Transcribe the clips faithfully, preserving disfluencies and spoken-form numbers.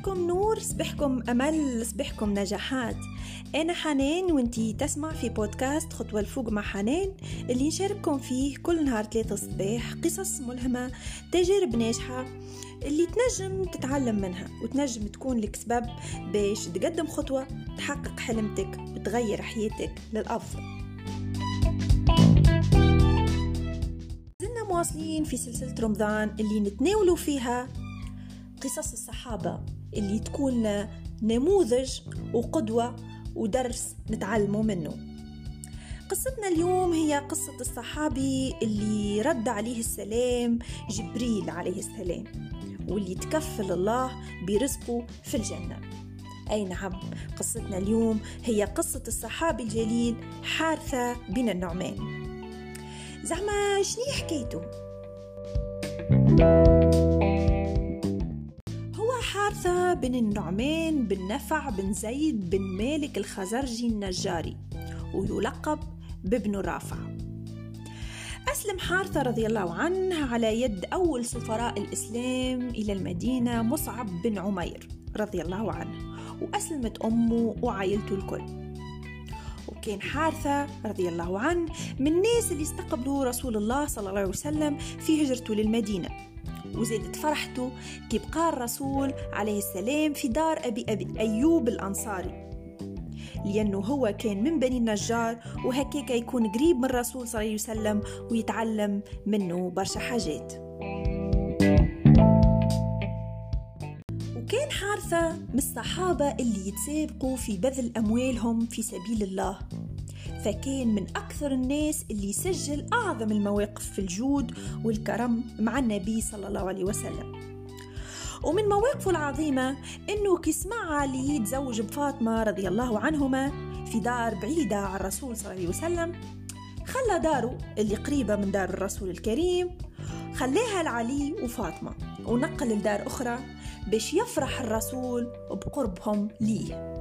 صبحكم نور، صبحكم أمل، صبحكم نجاحات. أنا حنان وانتي تسمع في بودكاست خطوة الفوق مع حنان، اللي نشارككم فيه كل نهار ثلاثة الصباح قصص ملهمة، تجارب ناجحة اللي تنجم تتعلم منها وتنجم تكون لك سبب باش تقدم خطوة تحقق حلمتك وتغير حياتك للأفضل. زلنا مواصلين في سلسلة رمضان اللي نتناولوا فيها قصص الصحابة اللي تكون نموذج وقدوة ودرس نتعلموا منه. قصتنا اليوم هي قصة الصحابي اللي رد عليه السلام جبريل عليه السلام، واللي تكفل الله برزقه في الجنة. أي نعم، قصتنا اليوم هي قصة الصحابي الجليل حارثة بن النعمان. زعما شنو حكيته؟ حارثة بن النعمان بن نفع بن زيد بن مالك الخزرجي النجاري، ويلقب بابن رافع. أسلم حارثة رضي الله عنه على يد أول سفراء الإسلام إلى المدينة مصعب بن عمير رضي الله عنه، وأسلمت أمه وعائلته الكل. وكان حارثة رضي الله عنه من الناس اللي استقبلوا رسول الله صلى الله عليه وسلم في هجرته للمدينة، وزادت فرحته كي بقى الرسول عليه السلام في دار أبي, أبي أيوب الأنصاري، لأنه هو كان من بني النجار، وهكاك يكون قريب من الرسول صلى الله عليه وسلم ويتعلم منه برشا حاجات. وكان حارثة من الصحابة اللي يتسابقوا في بذل أموالهم في سبيل الله، فكان من أكثر الناس اللي سجل أعظم المواقف في الجود والكرم مع النبي صلى الله عليه وسلم. ومن مواقفه العظيمة إنه كسمع علي يتزوج بفاطمة رضي الله عنهما في دار بعيدة عن الرسول صلى الله عليه وسلم، خلى داره اللي قريبة من دار الرسول الكريم خليها لعلي وفاطمة، ونقل لدار أخرى باش يفرح الرسول بقربهم ليه.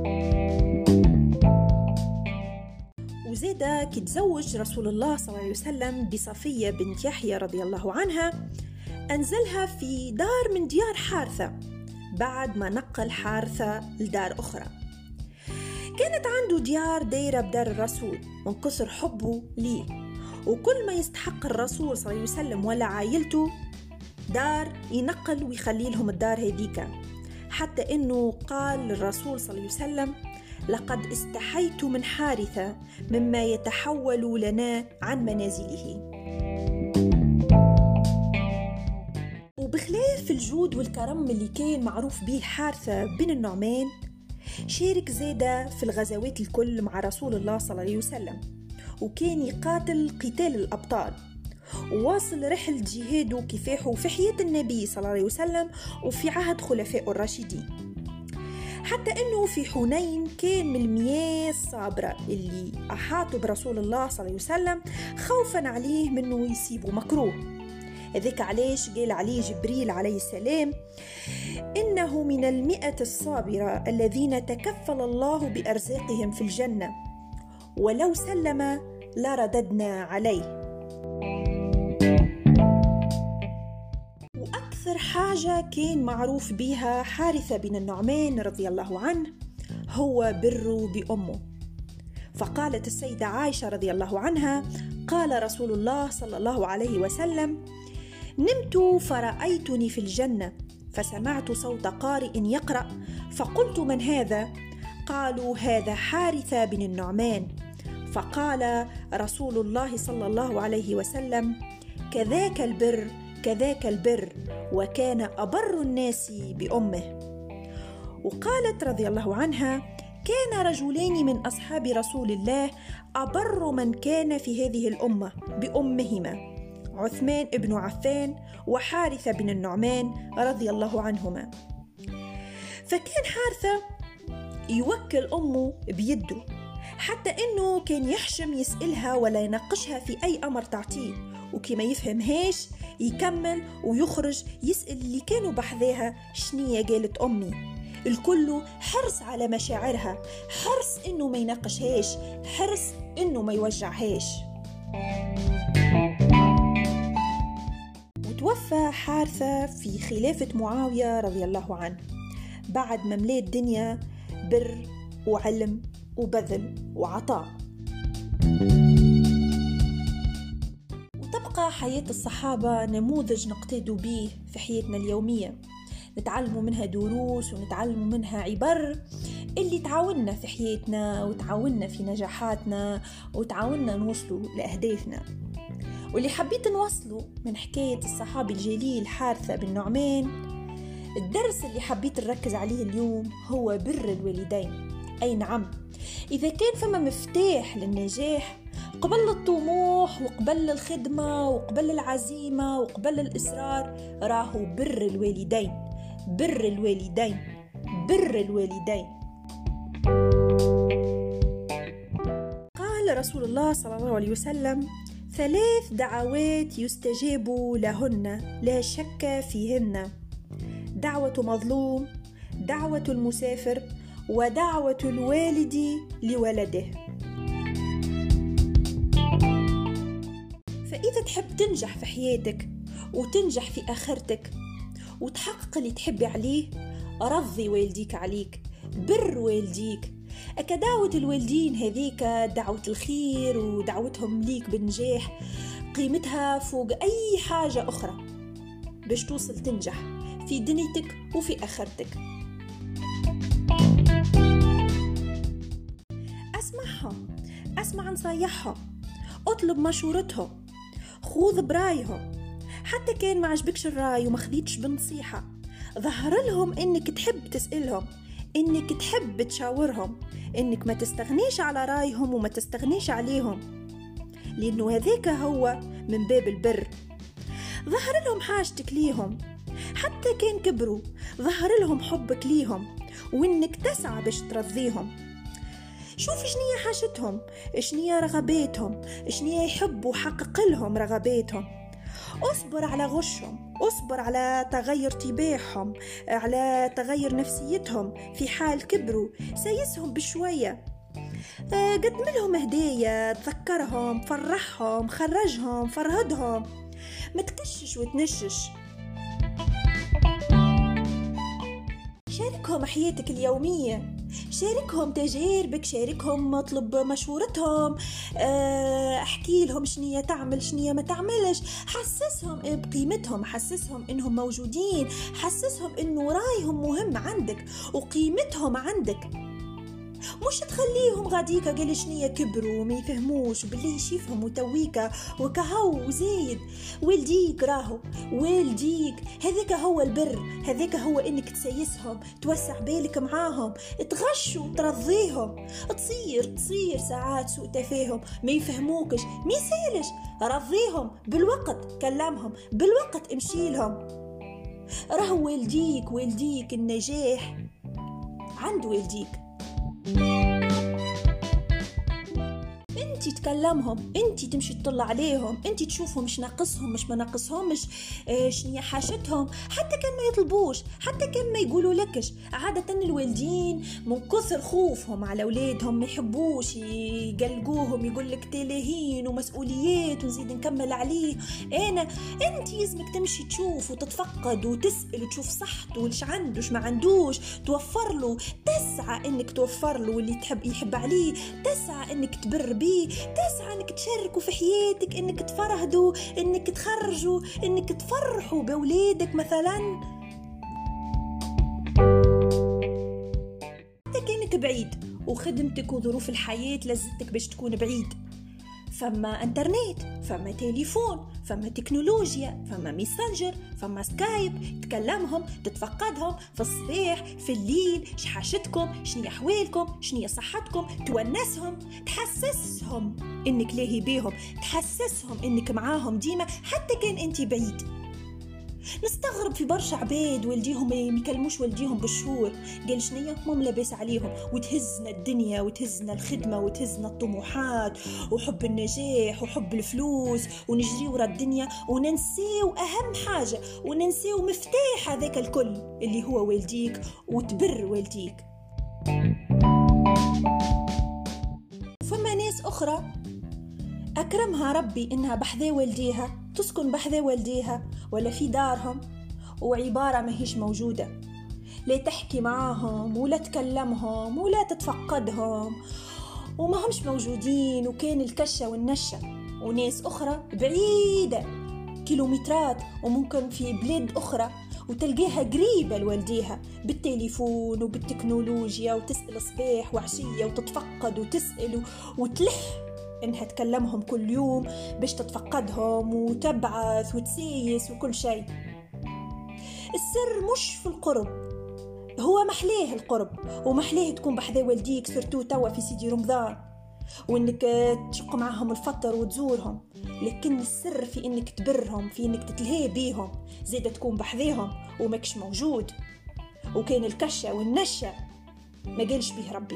وزيدا كي تزوج رسول الله صلى الله عليه وسلم بصفية بنت يحيى رضي الله عنها، أنزلها في دار من ديار حارثة بعد ما نقل حارثة لدار أخرى. كانت عنده ديار دايرة بدار الرسول من كثر حبه ليه، وكل ما يستحق الرسول صلى الله عليه وسلم ولا عائلته دار ينقل ويخلي لهم الدار هذيك، حتى إنه قال للرسول صلى الله عليه وسلم: لقد استحيت من حارثة مما يتحول لنا عن منازله. وبخلاف الجود والكرم اللي كان معروف به حارثة بن النعمان، شارك زيادة في الغزوات الكل مع رسول الله صلى الله عليه وسلم، وكان يقاتل قتال الأبطال، وواصل رحلة جهاده وكفاحه في حياة النبي صلى الله عليه وسلم وفي عهد خلفاء الراشدين، حتى أنه في حنين كان من المياه الصابرة اللي أحاطوا برسول الله صلى الله عليه وسلم خوفا عليه منه يصيبه مكروه. ذيك علاش قال عليه جبريل عليه السلام: إنه من المئة الصابرة الذين تكفل الله بأرزاقهم في الجنة، ولو سلم لرددنا عليه. أكثر حاجة كان معروف بها حارثة بن النعمان رضي الله عنه هو بره بأمه. فقالت السيدة عائشة رضي الله عنها: قال رسول الله صلى الله عليه وسلم: نمت فرأيتني في الجنة، فسمعت صوت قارئ يقرأ، فقلت: من هذا؟ قالوا: هذا حارثة بن النعمان. فقال رسول الله صلى الله عليه وسلم: كذاك البر كذاك البر، وكان أبر الناس بأمه. وقالت رضي الله عنها: كان رجلين من أصحاب رسول الله أبر من كان في هذه الأمة بأمهما، عثمان بن عفان وحارثة بن النعمان رضي الله عنهما. فكان حارثة يوكل أمه بيده، حتى إنه كان يحشم يسألها ولا يناقشها في أي أمر تعطيه، وكي ما يفهمهاش يكمل ويخرج يسأل اللي كانوا بحذاها: شنية قالت أمي؟ الكل حرص على مشاعرها، حرص إنه ما يناقشهاش، حرص إنه ما يوجعهاش. وتوفى حارثة في خلافة معاوية رضي الله عنه بعد ما مليت الدنيا بر وعلم وبذل وعطاء. وتبقى حياة الصحابة نموذج نقتدوا به في حياتنا اليومية، نتعلموا منها دروس ونتعلموا منها عبر اللي تعاوننا في حياتنا وتعاوننا في نجاحاتنا وتعاوننا نوصلوا لأهدافنا. واللي حبيت نوصله من حكاية الصحابي الجليل حارثة بن نعمان، الدرس اللي حبيت نركز عليه اليوم هو بر الوالدين. أي نعم، إذا كان فما مفتاح للنجاح قبل الطموح وقبل الخدمة وقبل العزيمة وقبل الإصرار، راهو بر الوالدين. بر الوالدين بر الوالدين. قال رسول الله صلى الله عليه وسلم: ثلاث دعوات يستجاب لهن لا شك فيهن: دعوة مظلوم، دعوة المسافر، ودعوة الوالد لولده. فإذا تحب تنجح في حياتك وتنجح في آخرتك وتحقق اللي تحبي عليه، رضي والديك عليك، بر والديك. أكدعوة الوالدين هذيك دعوة الخير ودعوتهم ليك بالنجاح قيمتها فوق أي حاجة أخرى باش توصل تنجح في دنيتك وفي آخرتك. أسمعهم، أسمع نصايحهم، أطلب مشورتهم، خوذ برايهم. حتى كان ما عجبكش الراي وما خذيتش بنصيحة، ظهر لهم إنك تحب تسألهم، إنك تحب تشاورهم، إنك ما تستغنيش على رايهم وما تستغنيش عليهم، لأنه هذاك هو من باب البر. ظهر لهم حاجتك ليهم حتى كان كبروا، ظهر لهم حبك ليهم وإنك تسعى باش ترضيهم. شوف شنية حاجتهم، شنية رغباتهم، شنية يحبوا، حقق لهم رغباتهم. اصبر على غشهم، اصبر على تغير طباعهم، على تغير نفسيتهم في حال كبروا، سيسهم بشوية. قدم لهم هدية، تذكرهم، فرحهم، خرجهم، فرهدهم، ما تكشش وتنشش. شاركهم حياتك اليومية، شاركهم تجاربك، شاركهم اطلب مشورتهم، احكي لهم شنية تعمل شنية ما تعملش، حسسهم بقيمتهم، حسسهم انهم موجودين، حسسهم انه رايهم مهم عندك وقيمتهم عندك. مش تخليهم غاديكا قال شنية كبروا وما يفهموش وبالله يشيفهم وتويكا وكهو زيد. والديك راهو والديك، هذاك هو البر، هذاك هو انك تسيسهم، توسع بالك معاهم، تغشوا ترضيهم. تصير تصير ساعات سوء تفاهم، ما يفهموكش، ما يسالش، رضيهم بالوقت، كلمهم بالوقت، امشي لهم. راهو والديك والديك النجاح عند والديك. انتي تكلمهم، انتي تمشي تطلع عليهم، انتي تشوفهم مش ناقصهم مش ما ناقصهمش، اه شنية حاجتهم، حتى كان ما يطلبوش، حتى كان ما يقولوا لكش. عادة الوالدين من كثر خوفهم على اولادهم ما يحبوش يقلقوهم، يقول لك تلهين ومسؤوليات ونزيد نكمل عليه. انا انتي لازمك تمشي تشوف وتتفقد وتسأل وتشوف صحته وش عنده وش ما عندوش، توفر له، تسعى انك توفر له واللي تحب يحب عليه، تسعى انك تبر بيه، تسعى انك تشاركوا في حياتك، انك تفرهدوا، انك تخرجوا، انك تفرحوا بأولادك مثلا. حتى كانك بعيد وخدمتك وظروف الحياة لزتك باش تكون بعيد، فما انترنت، فما تليفون، فما تكنولوجيا، فما ميسنجر، فما سكايب، تكلمهم، تتفقدهم في الصباح في الليل، شحاشتكم، شنية احوالكم، شنية صحتكم، تونسهم، تحسسهم انك لاهي بيهم، تحسسهم انك معاهم ديما حتى كان انت بعيد. نستغرب في برشا عباد والديهم ما يكلموش والديهم بالشهور، قال شنية مم لاباس عليهم، وتهزنا الدنيا وتهزنا الخدمة وتهزنا الطموحات وحب النجاح وحب الفلوس، ونجري ورا الدنيا وننسيو أهم حاجة، وننسيو مفتاح هذاك الكل اللي هو والديك، وتبر والديك. فما ناس أخرى أكرمها ربي إنها بحذا والديها، تسكن بحذا والديها ولا في دارهم، وعبارة ما هيش موجودة. لا تحكي معاهم ولا تكلمهم ولا تتفقدهم وما همش موجودين، وكان الكشة والنشة وناس أخرى بعيدة كيلومترات وممكن في بلاد أخرى وتلقيها قريبة لوالديها بالتليفون وبالتكنولوجيا، وتسأل صباح وعشية وتتفقد وتسأل وتلح إنها تكلمهم كل يوم باش تتفقدهم وتبعث وتسيس وكل شيء. السر مش في القرب، هو محليه القرب ومحليه تكون بحذا والديك سرتو توا في سيدي رمضان وإنك تشق معهم الفطر وتزورهم، لكن السر في إنك تبرهم، في إنك تتلهي بيهم، زيادة تكون بحذيهم وماكش موجود. وكان الكشة والنشة ما قالش به ربي.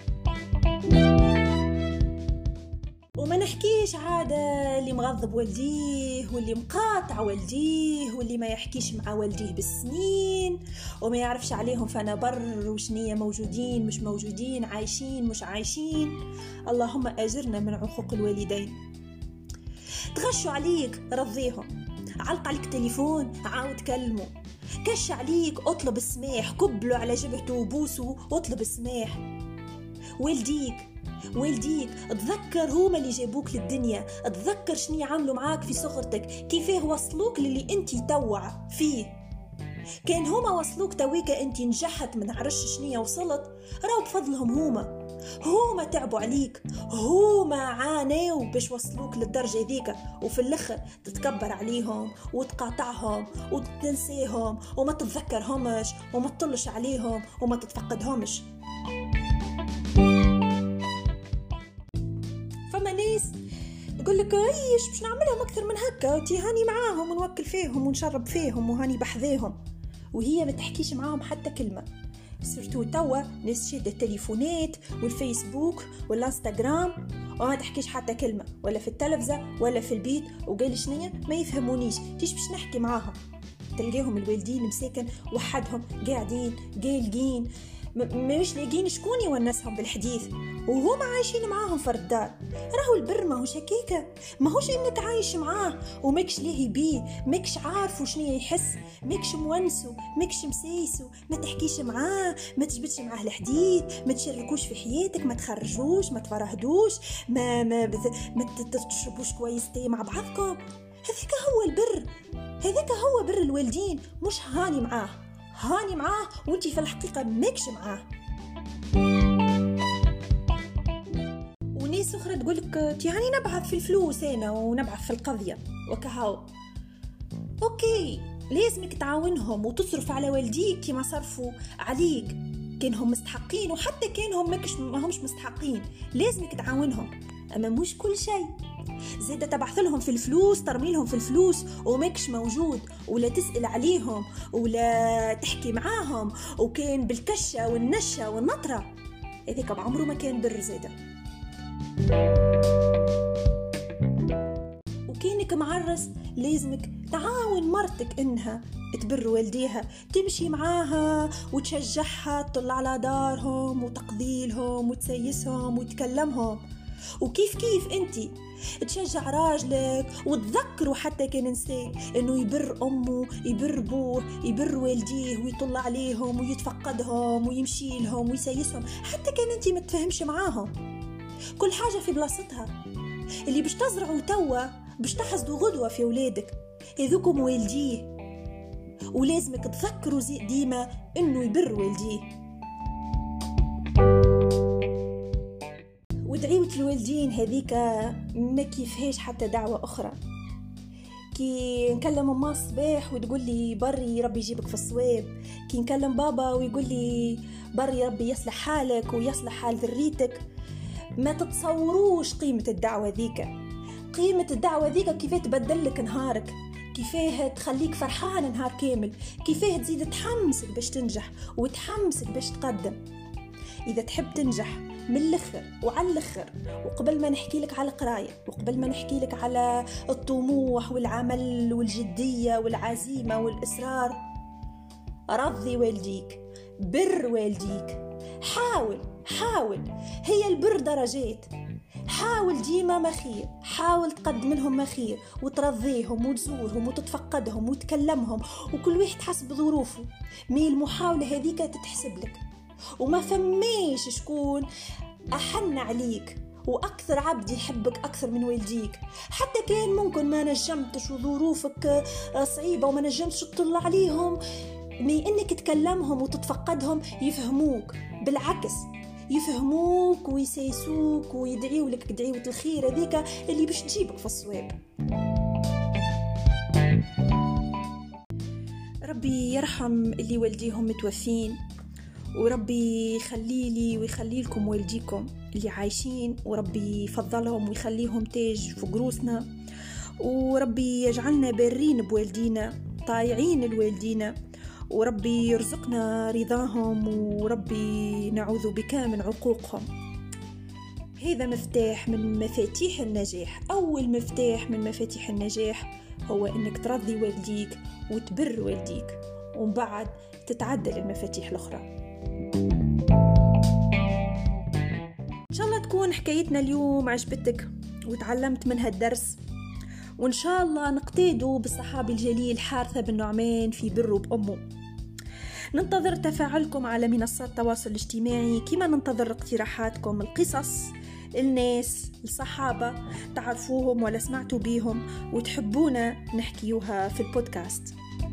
وما نحكيش عادة اللي مغضب والديه واللي مقاطع والديه واللي ما يحكيش مع والديه بالسنين وما يعرفش عليهم فانا بر وشنية موجودين مش موجودين عايشين مش عايشين. اللهم أجرنا من عقوق الوالدين. تغشوا عليك رضيهم، علق عليك تليفون عاود كلمه، كش عليك اطلب السماح، كبلوا على جبهته وبوسوا واطلب السماح. والديك والديك تذكر هما اللي جابوك للدنيا، تذكر شني عملوا معاك في صغرتك، كيفاه وصلوك للي انتي توع فيه. كان هما وصلوك تويكا انتي نجحت من عرش شنية وصلت، راو بفضلهم هما هما تعبوا عليك، هما عانوا باش وصلوك للدرجة ذيك، وفي الاخر تتكبر عليهم وتقاطعهم وتنسيهم وما تتذكرهمش وما تطلش عليهم وما تتفقدهمش. فما ناس تقول لك ايش باش نعملهم اكثر من هكا، تي هاني معاهم ونوكل فيهم ونشرب فيهم وهاني بحذيهم، وهي ما تحكيش معاهم حتى كلمة. سيرتو توا ناس شادة التليفونات والفيسبوك والانستغرام وما تحكيش حتى كلمة، ولا في التلفزة ولا في البيت، وقال شنية ما يفهمونيش تيش باش نحكي معاهم. تلقيهم الوالدين مساكن وحدهم قاعدين قالقين مش لاقين شكون يونسهم بالحديث وهم عايشين معاهم في الدار. راهو البر ما هوش هكاكا، ما هوش انك عايش معاه وماكش ليه بيه، ماكش عارفه شنو يحس، ماكش مونسو، ماكش مسيسو، ما تحكيش معاه، ما تجبدش معاه الحديث، ما تشاركوش في حياتك، ما تخرجوش، ما تفرهدوش، ما ما ما تشربوش كويس تي مع بعضكم. هذاك هو البر، هذاك هو بر الوالدين، مش هاني معاه هاني معاه وانتي في الحقيقة ماكش معاه. وناس أخرى تقولك تيهاني نبعث في الفلوس أنا ونبعث في القضية وكهو. أوكي لازمك تعاونهم وتصرف على والديك كما صرفوا عليك، كانهم مستحقين وحتى كانهم ما همش مستحقين لازمك تعاونهم، أما مش كل شيء. زيادة تبعث لهم في الفلوس، ترمي لهم في الفلوس وماكش موجود، ولا تسأل عليهم ولا تحكي معاهم، وكان بالكشة والنشة والنطرة، هذيك بعمره ما كان بر زيادة. وكينك معرس لازمك تعاون مرتك انها تبر والديها، تمشي معاها وتشجعها تطلع على دارهم وتقضيلهم وتسيسهم وتكلمهم، وكيف كيف انتي تشجع راجلك وتذكروا حتى كان نسي انه يبر امه يبر بوه يبر والديه ويطلع عليهم ويتفقدهم ويمشي لهم ويسيسهم، حتى كان انتي ما تفهمش معاهم. كل حاجة في بلاصتها، اللي باش تزرعوا توا باش تحصدوا غدوة في ولادك، هذوكم والديه، ولازمك تذكروا ديما انه يبر والديه. ودعيوة الوالدين هذيك ما كيفهاش حتى دعوة أخرى. كي نكلم ماما الصباح وتقول لي بري ربي يجيبك في الصواب، كي نكلم بابا ويقول لي بري ربي يصلح حالك ويصلح حال ذريتك، ما تتصوروش قيمة الدعوة ذيك. قيمة الدعوة ذيك كيفاه تبدلك نهارك، كيفاه تخليك فرحان نهار كامل، كيفاه تزيد تحمسك باش تنجح وتحمسك باش تقدم. إذا تحب تنجح من الاخر وعلى الاخر، وقبل ما نحكي لك على القرايه وقبل ما نحكي لك على الطموح والعمل والجديه والعزيمه والاصرار، رضي والديك، بر والديك، حاول حاول، هي البر درجات، حاول ديما ما خير، حاول تقدم لهم ما خير وترضيهم وتزورهم وتتفقدهم وتكلمهم، وكل واحد حسب ظروفه. مي المحاولة هذيك تتحسب لك، وما فميش شكون أحن عليك وأكثر عبد يحبك أكثر من والديك. حتى كان ممكن ما نجمتش وظروفك صعيبة وما نجمتش تطلع عليهم، مي إنك تكلمهم وتتفقدهم يفهموك، بالعكس يفهموك ويسيسوك ويدعيوا لك دعيوة الخير هذيك اللي باش تجيبك في الصواب. ربي يرحم اللي والديهم متوفين، وربي يخلي لي ويخلي لكم والديكم اللي عايشين، وربي يفضلهم ويخليهم تاج في قروسنا، وربي يجعلنا بارين بوالدينا طايعين الوالدينا، وربي يرزقنا رضاهم، وربي نعوذ بك من عقوقهم. هذا مفتاح من مفاتيح النجاح. أول مفتاح من مفاتيح النجاح هو إنك ترضي والديك وتبر والديك، ومن بعد تتعدل المفاتيح الأخرى. إن شاء الله تكون حكايتنا اليوم عجبتك وتعلمت منها الدرس، وإن شاء الله نقتدوا بالصحابي الجليل حارثة بن نعمان في بره بأمه. ننتظر تفاعلكم على منصات التواصل الاجتماعي، كما ننتظر اقتراحاتكم، القصص، الناس، الصحابة تعرفوهم ولا سمعتوا بيهم وتحبونا نحكيوها في البودكاست.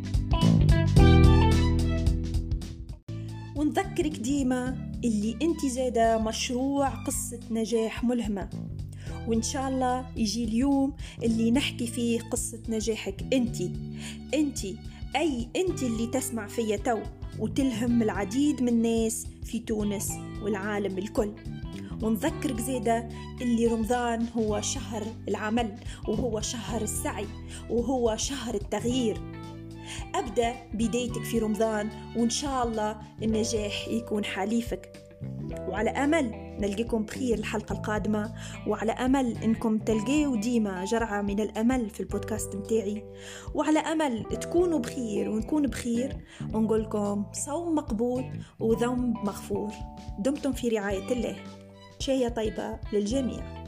ونذكرك ديما اللي انت زادة مشروع قصة نجاح ملهمة، وإن شاء الله يجي اليوم اللي نحكي فيه قصة نجاحك انت انت أي انت اللي تسمع فيا تو وتلهم العديد من الناس في تونس والعالم الكل. ونذكرك زيادة اللي رمضان هو شهر العمل، وهو شهر السعي، وهو شهر التغيير. أبدأ بدايتك في رمضان، وإن شاء الله النجاح يكون حليفك. وعلى أمل نلقيكم بخير الحلقة القادمة، وعلى أمل إنكم تلقيوا ديما جرعة من الأمل في البودكاست متاعي، وعلى أمل تكونوا بخير ونكون بخير، ونقولكم صوم مقبول وذنب مغفور. دمتم في رعاية الله. شهية طيبة للجميع.